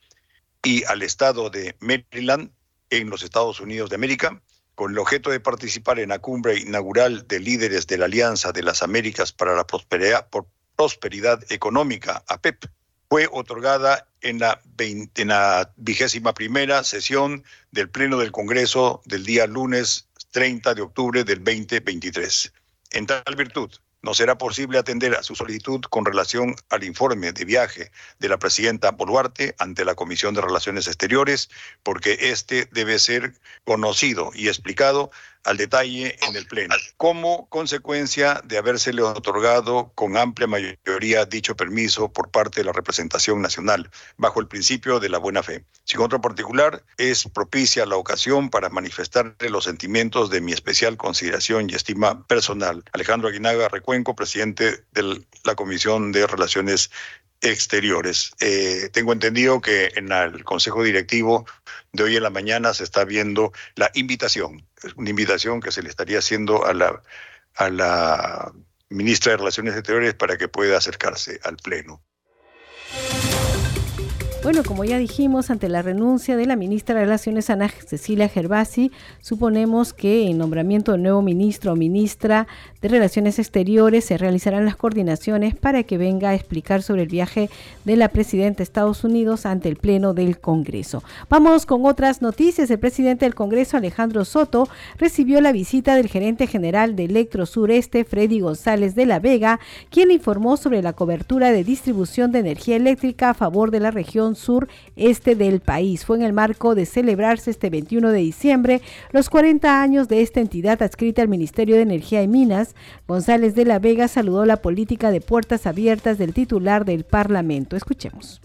y al estado de Maryland, en los Estados Unidos de América, con el objeto de participar en la cumbre inaugural de líderes de la Alianza de las Américas para la Prosperidad, por Prosperidad Económica, A P E P, fue otorgada en la, veinte, en la vigésima primera sesión del Pleno del Congreso del día lunes treinta de octubre del veinte veintitrés. En tal virtud, no será posible atender a su solicitud con relación al informe de viaje de la presidenta Boluarte ante la Comisión de Relaciones Exteriores, porque este debe ser conocido y explicado al detalle en el Pleno, como consecuencia de habérsele otorgado con amplia mayoría dicho permiso por parte de la representación nacional, bajo el principio de la buena fe. Sin otro particular, es propicia la ocasión para manifestarle los sentimientos de mi especial consideración y estima personal. Alejandro Aguinaga Recuenco, presidente de la Comisión de Relaciones Exteriores. Eh, tengo entendido que en el Consejo Directivo de hoy en la mañana se está viendo la invitación, es una invitación que se le estaría haciendo a la, a la ministra de Relaciones Exteriores para que pueda acercarse al Pleno. Bueno, como ya dijimos, ante la renuncia de la ministra de Relaciones, Ana Cecilia Gervasi, suponemos que en nombramiento del nuevo ministro o ministra de Relaciones Exteriores se realizarán las coordinaciones para que venga a explicar sobre el viaje de la presidenta de Estados Unidos ante el Pleno del Congreso. Vamos con otras noticias. El presidente del Congreso, Alejandro Soto, recibió la visita del gerente general de Electrosureste, Freddy González de la Vega, quien informó sobre la cobertura de distribución de energía eléctrica a favor de la región sur-este del país. Fue en el marco de celebrarse este veintiuno de diciembre los cuarenta años de esta entidad adscrita al Ministerio de Energía y Minas. González de la Vega saludó la política de puertas abiertas del titular del Parlamento. Escuchemos.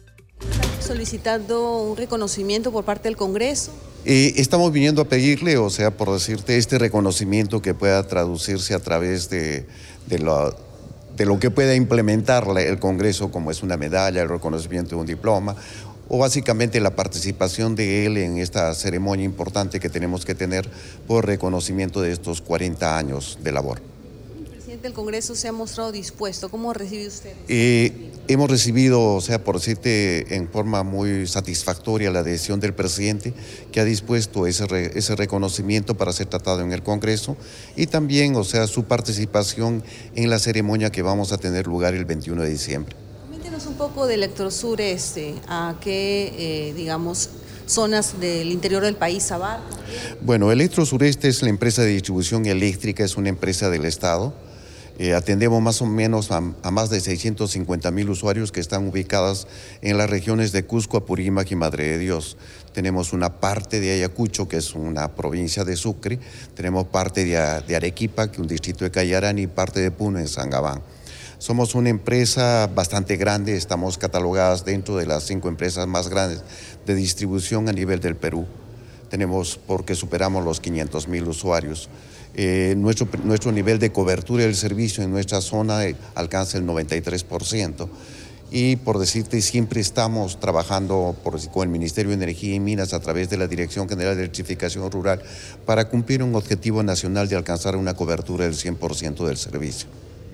Solicitando un reconocimiento por parte del Congreso. Eh, estamos viniendo a pedirle, o sea, por decirte, este reconocimiento que pueda traducirse a través de, de lo de lo que pueda implementar el Congreso, como es una medalla, el reconocimiento de un diploma, o básicamente la participación de él en esta ceremonia importante que tenemos que tener por reconocimiento de estos cuarenta años de labor. El presidente del Congreso se ha mostrado dispuesto. ¿Cómo recibe usted? Eh, hemos recibido, o sea, por decirte, en forma muy satisfactoria la decisión del presidente, que ha dispuesto ese, re, ese reconocimiento para ser tratado en el Congreso, y también, o sea, su participación en la ceremonia que vamos a tener lugar el veintiuno de diciembre. Coméntenos un poco de Electrosureste, a qué, eh, digamos, zonas del interior del país abarca. Bueno, Electrosureste es la empresa de distribución eléctrica, es una empresa del Estado. Eh, atendemos más o menos a, a más de seiscientos cincuenta mil usuarios que están ubicadas en las regiones de Cusco, Apurímac y Madre de Dios. Tenemos una parte de Ayacucho, que es una provincia de Sucre, tenemos parte de, de Arequipa, que es un distrito de Cayarán, y parte de Puno, en Sangabán. Somos una empresa bastante grande, estamos catalogadas dentro de las cinco empresas más grandes de distribución a nivel del Perú. Tenemos, porque superamos los quinientos mil usuarios. Eh, nuestro, nuestro nivel de cobertura del servicio en nuestra zona eh, alcanza el noventa y tres por ciento. Y por decirte, siempre estamos trabajando por, con el Ministerio de Energía y Minas a través de la Dirección General de Electrificación Rural para cumplir un objetivo nacional de alcanzar una cobertura del cien por ciento del servicio.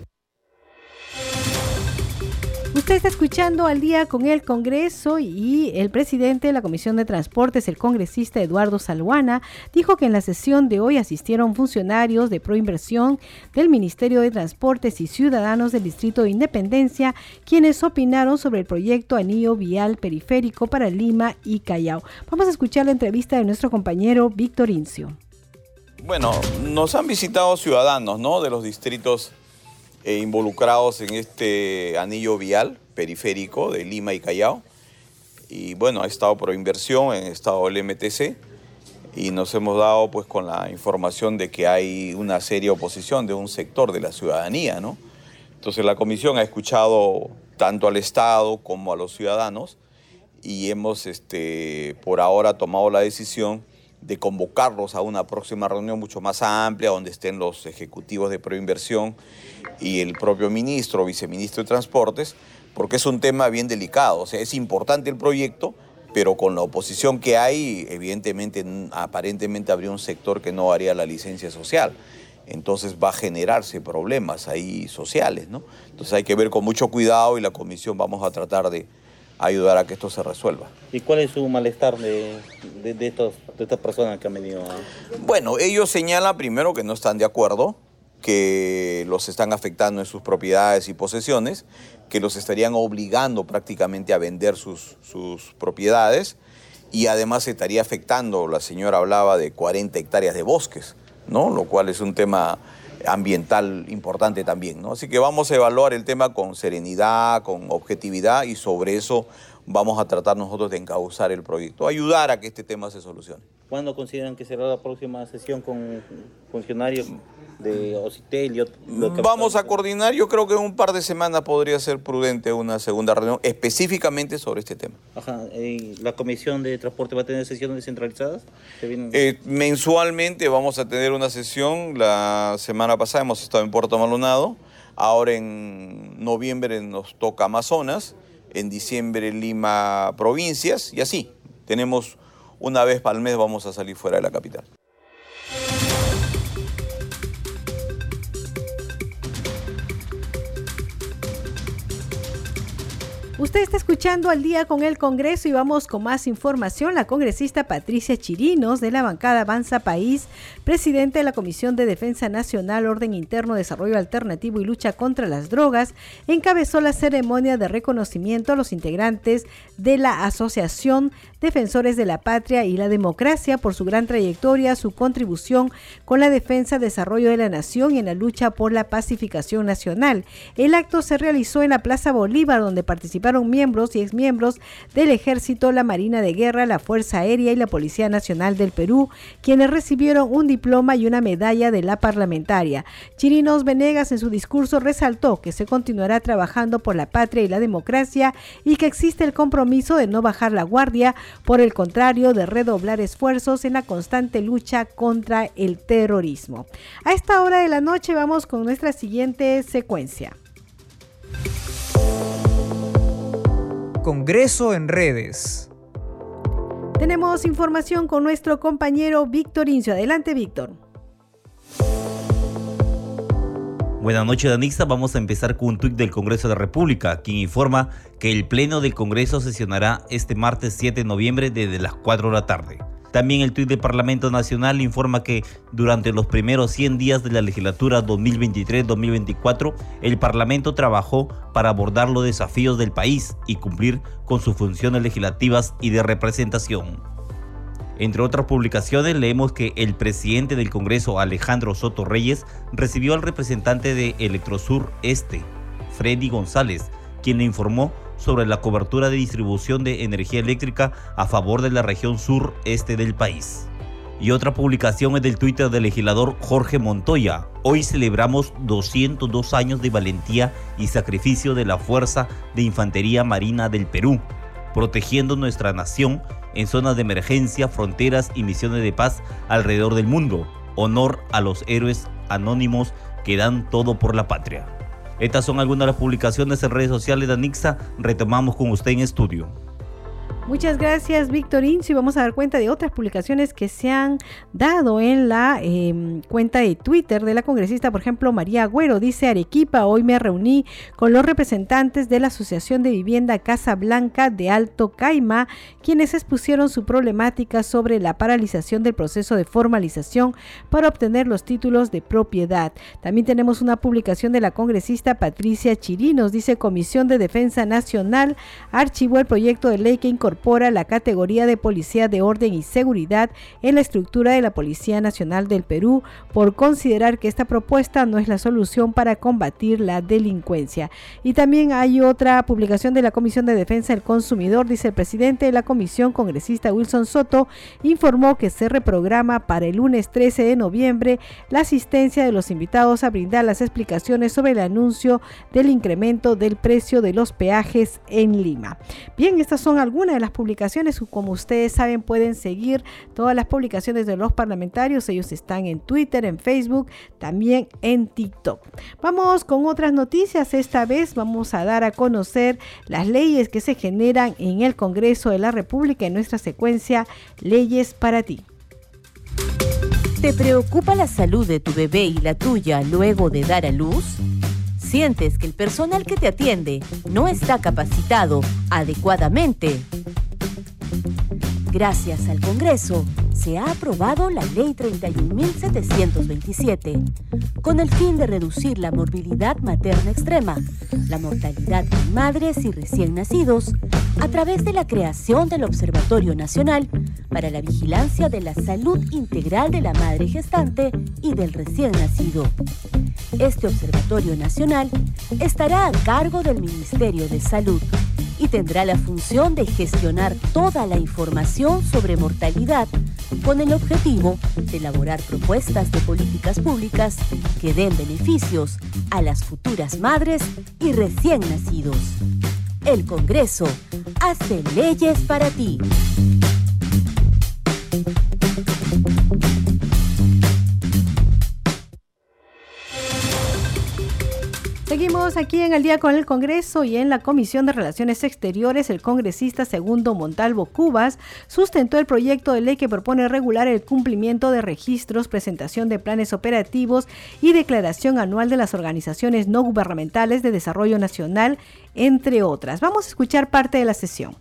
Usted está escuchando Al Día con el Congreso, y el presidente de la Comisión de Transportes, el congresista Eduardo Salguana, dijo que en la sesión de hoy asistieron funcionarios de Proinversión, del Ministerio de Transportes y ciudadanos del Distrito de Independencia, quienes opinaron sobre el proyecto Anillo Vial Periférico para Lima y Callao. Vamos a escuchar la entrevista de nuestro compañero Víctor Incio. Bueno, nos han visitado ciudadanos, ¿no?, de los distritos Eh, involucrados en este anillo vial periférico de Lima y Callao. Y bueno, ha estado Proinversión, ha estado el M T C, y nos hemos dado pues con la información de que hay una seria oposición de un sector de la ciudadanía, ¿no? Entonces la comisión ha escuchado tanto al Estado como a los ciudadanos, y hemos este, por ahora tomado la decisión de convocarlos a una próxima reunión mucho más amplia, donde estén los ejecutivos de Proinversión y el propio ministro o viceministro de Transportes, porque es un tema bien delicado. O sea, es importante el proyecto, pero con la oposición que hay, evidentemente, aparentemente habría un sector que no haría la licencia social. Entonces va a generarse problemas ahí sociales, ¿no? Entonces hay que ver con mucho cuidado, y la comisión vamos a tratar de ayudar a que esto se resuelva. ¿Y cuál es su malestar de, de, de, estos, de estas personas que han venido a...? Bueno, ellos señalan primero que no están de acuerdo, que los están afectando en sus propiedades y posesiones, que los estarían obligando prácticamente a vender sus, sus propiedades, y además se estaría afectando, la señora hablaba de cuarenta hectáreas de bosques, ¿no?, lo cual es un tema ambiental importante también, ¿no? Así que vamos a evaluar el tema con serenidad, con objetividad, y sobre eso vamos a tratar nosotros de encauzar el proyecto, ayudar a que este tema se solucione. ¿Cuándo consideran que será la próxima sesión con funcionarios de Ocitel y otros? Vamos a coordinar, yo creo que en un par de semanas podría ser prudente una segunda reunión específicamente sobre este tema. Ajá, ¿y la Comisión de Transporte va a tener sesiones descentralizadas? Vienen... Eh, mensualmente vamos a tener una sesión. La semana pasada hemos estado en Puerto Maldonado, ahora en noviembre nos toca Amazonas, en diciembre Lima, provincias, y así. Tenemos una vez al mes, vamos a salir fuera de la capital. Usted está escuchando Al Día con el Congreso y vamos con más información. La congresista Patricia Chirinos, de la bancada Avanza País, presidente de la Comisión de Defensa Nacional, Orden Interno, Desarrollo Alternativo y Lucha contra las Drogas, encabezó la ceremonia de reconocimiento a los integrantes de la Asociación Defensores de la Patria y la Democracia por su gran trayectoria, su contribución con la defensa, desarrollo de la nación y en la lucha por la pacificación nacional. El acto se realizó en la Plaza Bolívar, donde participaron miembros y exmiembros del Ejército, la Marina de Guerra, la Fuerza Aérea y la Policía Nacional del Perú, quienes recibieron un diploma y una medalla de la parlamentaria. Chirinos Venegas en su discurso resaltó que se continuará trabajando por la patria y la democracia y que existe el compromiso de no bajar la guardia, por el contrario, de redoblar esfuerzos en la constante lucha contra el terrorismo. A esta hora de la noche vamos con nuestra siguiente secuencia. Congreso en redes. Tenemos información con nuestro compañero Víctor Incio. Adelante, Víctor. Buenas noches, Danixa. Vamos a empezar con un tuit del Congreso de la República, quien informa que el Pleno del Congreso sesionará este martes siete de noviembre desde las cuatro de la tarde. También el tuit del Parlamento Nacional informa que durante los primeros cien días de la legislatura dos mil veintitrés dos mil veinticuatro, el Parlamento trabajó para abordar los desafíos del país y cumplir con sus funciones legislativas y de representación. Entre otras publicaciones, leemos que el presidente del Congreso, Alejandro Soto Reyes, recibió al representante de Electrosur Este, Freddy González, quien le informó sobre la cobertura de distribución de energía eléctrica a favor de la región sur-este del país. Y otra publicación es del Twitter del legislador Jorge Montoya. Hoy celebramos doscientos dos años de valentía y sacrificio de la Fuerza de Infantería Marina del Perú, protegiendo nuestra nación en zonas de emergencia, fronteras y misiones de paz alrededor del mundo. Honor a los héroes anónimos que dan todo por la patria. Estas son algunas de las publicaciones en redes sociales de Anixa. Retomamos con usted en estudio. Muchas gracias, Víctor Incio. Vamos a dar cuenta de otras publicaciones que se han dado en la eh, cuenta de Twitter de la congresista. Por ejemplo, María Agüero dice: Arequipa, hoy me reuní con los representantes de la Asociación de Vivienda Casa Blanca de Alto Caima, quienes expusieron su problemática sobre la paralización del proceso de formalización para obtener los títulos de propiedad. También tenemos una publicación de la congresista Patricia Chirinos. Dice: Comisión de Defensa Nacional archivó el proyecto de ley que incorpora la categoría de Policía de Orden y Seguridad en la estructura de la Policía Nacional del Perú por considerar que esta propuesta no es la solución para combatir la delincuencia. Y también hay otra publicación de la Comisión de Defensa del Consumidor. Dice: el presidente de la comisión, congresista Wilson Soto, informó que se reprograma para el lunes trece de noviembre la asistencia de los invitados a brindar las explicaciones sobre el anuncio del incremento del precio de los peajes en Lima. Bien, estas son algunas de las publicaciones. Como ustedes saben, pueden seguir todas las publicaciones de los parlamentarios. Ellos están en Twitter, en Facebook, también en TikTok. Vamos con otras noticias. Esta vez vamos a dar a conocer las leyes que se generan en el Congreso de la República en nuestra secuencia Leyes para ti. ¿Te preocupa la salud de tu bebé y la tuya luego de dar a luz? ¿Sientes que el personal que te atiende no está capacitado adecuadamente? Gracias al Congreso, se ha aprobado la Ley treinta y un mil setecientos veintisiete, con el fin de reducir la morbilidad materna extrema, la mortalidad en madres y recién nacidos, a través de la creación del Observatorio Nacional para la Vigilancia de la Salud Integral de la Madre Gestante y del recién nacido. Este Observatorio Nacional estará a cargo del Ministerio de Salud y tendrá la función de gestionar toda la información sobre mortalidad con el objetivo de elaborar propuestas de políticas públicas que den beneficios a las futuras madres y recién nacidos. El Congreso hace leyes para ti. Seguimos Seguimos aquí en El Día con el Congreso y en la Comisión de Relaciones Exteriores, el congresista Segundo Montalvo Cubas sustentó el proyecto de ley que propone regular el cumplimiento de registros, presentación de planes operativos y declaración anual de las organizaciones no gubernamentales de desarrollo nacional, entre otras. Vamos a escuchar parte de la sesión.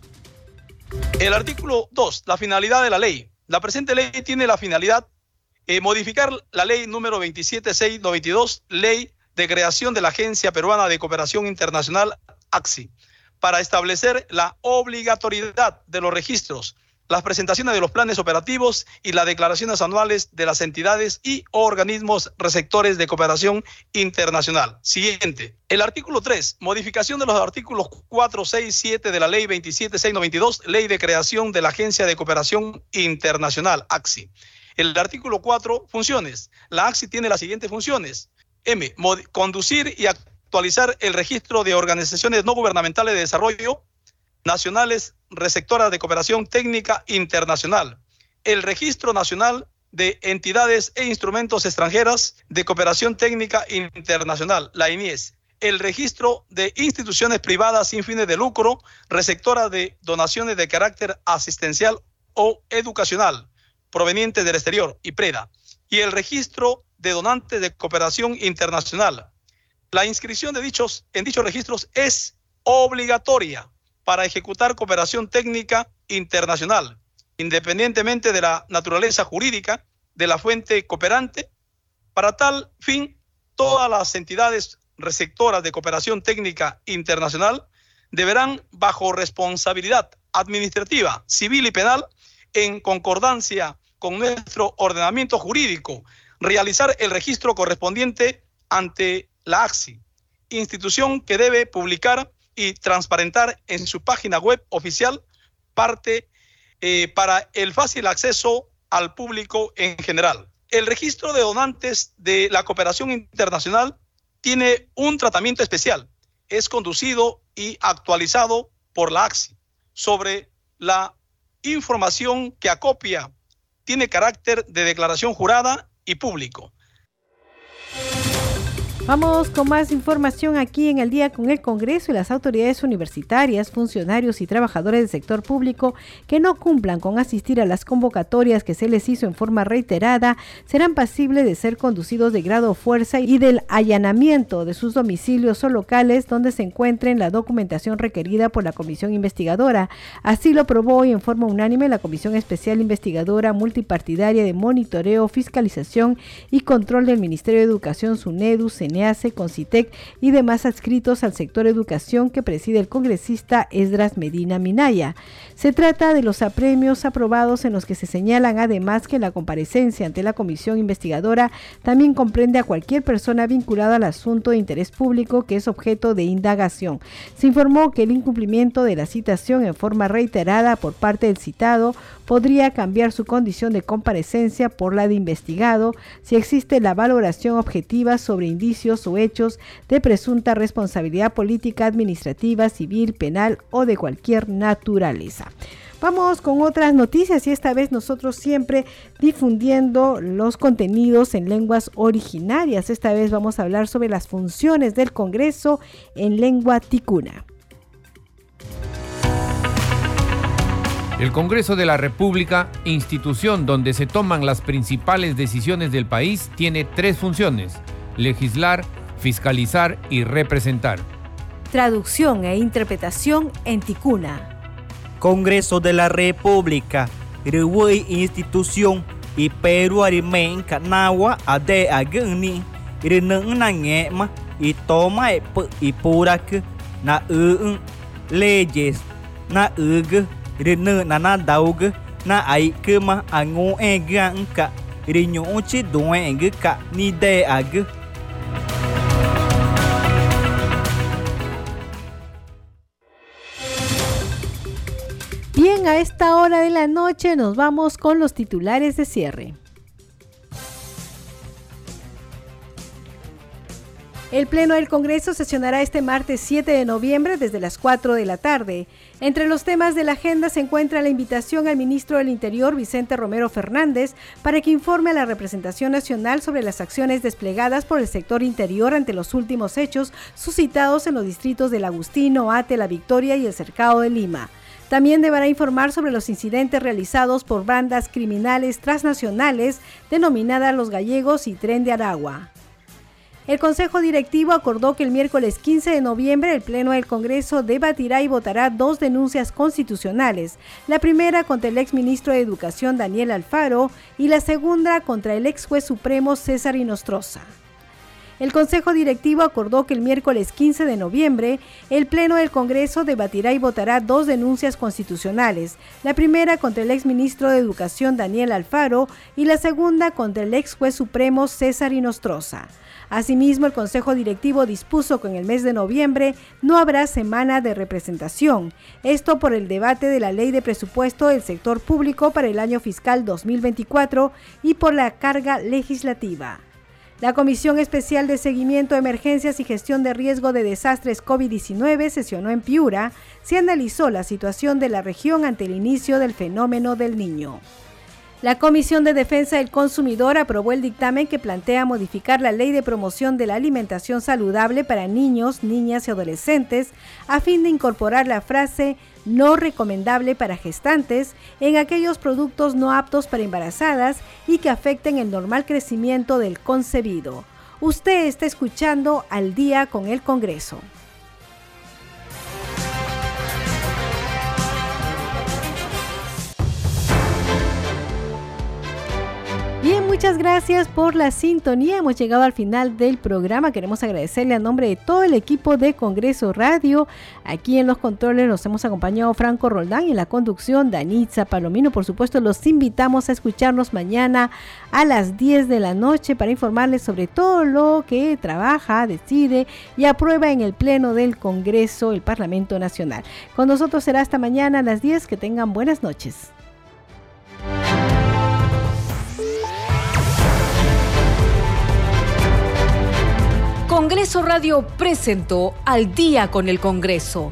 El artículo dos, la finalidad de la ley. La presente ley tiene la finalidad de eh, modificar la ley número veintisiete mil seiscientos noventa y dos, ley de creación de la Agencia Peruana de Cooperación Internacional, A C S I, para establecer la obligatoriedad de los registros, las presentaciones de los planes operativos y las declaraciones anuales de las entidades y organismos receptores de cooperación internacional. Siguiente. El artículo tres, modificación de los artículos cuatro, seis, siete de la ley veintisiete mil seiscientos noventa y dos, ley de creación de la Agencia de Cooperación Internacional, A C S I. El artículo cuatro, funciones. La A C S I tiene las siguientes funciones. M. Conducir y actualizar el registro de organizaciones no gubernamentales de desarrollo nacionales receptoras de cooperación técnica internacional. El registro nacional de entidades e instrumentos extranjeras de cooperación técnica internacional, la I N I E S. El registro de instituciones privadas sin fines de lucro receptoras de donaciones de carácter asistencial o educacional provenientes del exterior, y PREDA. Y el registro de donantes de cooperación internacional. La inscripción de dichos, en dichos registros es obligatoria para ejecutar cooperación técnica internacional, independientemente de la naturaleza jurídica de la fuente cooperante. Para tal fin, todas las entidades receptoras de cooperación técnica internacional deberán, bajo responsabilidad administrativa, civil y penal, en concordancia con nuestro ordenamiento jurídico, realizar el registro correspondiente ante la A C S I, institución que debe publicar y transparentar en su página web oficial parte eh, para el fácil acceso al público en general. El registro de donantes de la cooperación internacional tiene un tratamiento especial. Es conducido y actualizado por la A C S I sobre la información que acopia. Tiene carácter de declaración jurada y público. Vamos con más información aquí en El Día con el Congreso. Y las autoridades universitarias, funcionarios y trabajadores del sector público que no cumplan con asistir a las convocatorias que se les hizo en forma reiterada serán pasibles de ser conducidos de grado o fuerza y del allanamiento de sus domicilios o locales donde se encuentren la documentación requerida por la comisión investigadora. Así lo aprobó hoy en forma unánime la Comisión Especial Investigadora Multipartidaria de Monitoreo, Fiscalización y Control del Ministerio de Educación, SUNEDU, CENEACE, CONCITEC y demás adscritos al sector educación que preside el congresista Esdras Medina Minaya. Se trata de los apremios aprobados en los que se señalan además que la comparecencia ante la comisión investigadora también comprende a cualquier persona vinculada al asunto de interés público que es objeto de indagación. Se informó que el incumplimiento de la citación en forma reiterada por parte del citado podría cambiar su condición de comparecencia por la de investigado si existe la valoración objetiva sobre indicios o hechos de presunta responsabilidad política, administrativa, civil, penal o de cualquier naturaleza. Vamos con otras noticias y esta vez nosotros siempre difundiendo los contenidos en lenguas originarias. Esta vez vamos a hablar sobre las funciones del Congreso en lengua ticuna. El Congreso de la República, institución donde se toman las principales decisiones del país, tiene tres funciones: legislar, fiscalizar y representar. Traducción e interpretación en ticuna. Congreso de la República, Rewei institución y Perú arimen kanawa ade agni, reneng na ngema y toma y purak na un leyes na ug reneng na na daug na ai kema ango egan ka renyo chi doeng ka ni de ag. Bien, a esta hora de la noche nos vamos con los titulares de cierre. El Pleno del Congreso sesionará este martes siete de noviembre desde las cuatro de la tarde. Entre los temas de la agenda se encuentra la invitación al ministro del Interior, Vicente Romero Fernández, para que informe a la representación nacional sobre las acciones desplegadas por el sector interior ante los últimos hechos suscitados en los distritos del Agustino, Ate, La Victoria y el Cercado de Lima. También deberá informar sobre los incidentes realizados por bandas criminales transnacionales denominadas Los Gallegos y Tren de Aragua. El Consejo Directivo acordó que el miércoles quince de noviembre el Pleno del Congreso debatirá y votará dos denuncias constitucionales, la primera contra el exministro de Educación Daniel Alfaro y la segunda contra el ex juez supremo César Inostroza. El Consejo Directivo acordó que el miércoles quince de noviembre el Pleno del Congreso debatirá y votará dos denuncias constitucionales, la primera contra el exministro de Educación Daniel Alfaro y la segunda contra el ex juez supremo César Inostroza. Asimismo, el Consejo Directivo dispuso que en el mes de noviembre no habrá semana de representación, esto por el debate de la Ley de Presupuesto del Sector Público para el año fiscal dos mil veinticuatro y por la carga legislativa. La Comisión Especial de Seguimiento de Emergencias y Gestión de Riesgo de Desastres COVID diecinueve sesionó en Piura. Se analizó la situación de la región ante el inicio del fenómeno del Niño. La Comisión de Defensa del Consumidor aprobó el dictamen que plantea modificar la Ley de Promoción de la Alimentación Saludable para niños, niñas y adolescentes a fin de incorporar la frase no recomendable para gestantes en aquellos productos no aptos para embarazadas y que afecten el normal crecimiento del concebido. Usted está escuchando Al Día con el Congreso. Bien, muchas gracias por la sintonía. Hemos llegado al final del programa. Queremos agradecerle a nombre de todo el equipo de Congreso Radio. Aquí en los controles nos hemos acompañado Franco Roldán y en la conducción Danitza Palomino. Por supuesto, los invitamos a escucharnos mañana a las diez de la noche para informarles sobre todo lo que trabaja, decide y aprueba en el Pleno del Congreso, el Parlamento Nacional. Con nosotros será hasta mañana a las diez. Que tengan buenas noches. Congreso Radio presentó Al Día con el Congreso.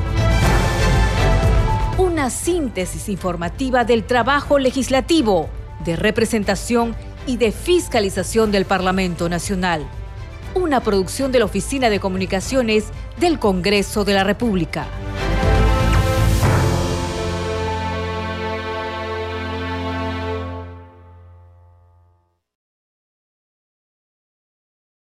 Una síntesis informativa del trabajo legislativo, de representación y de fiscalización del Parlamento Nacional. Una producción de la Oficina de Comunicaciones del Congreso de la República.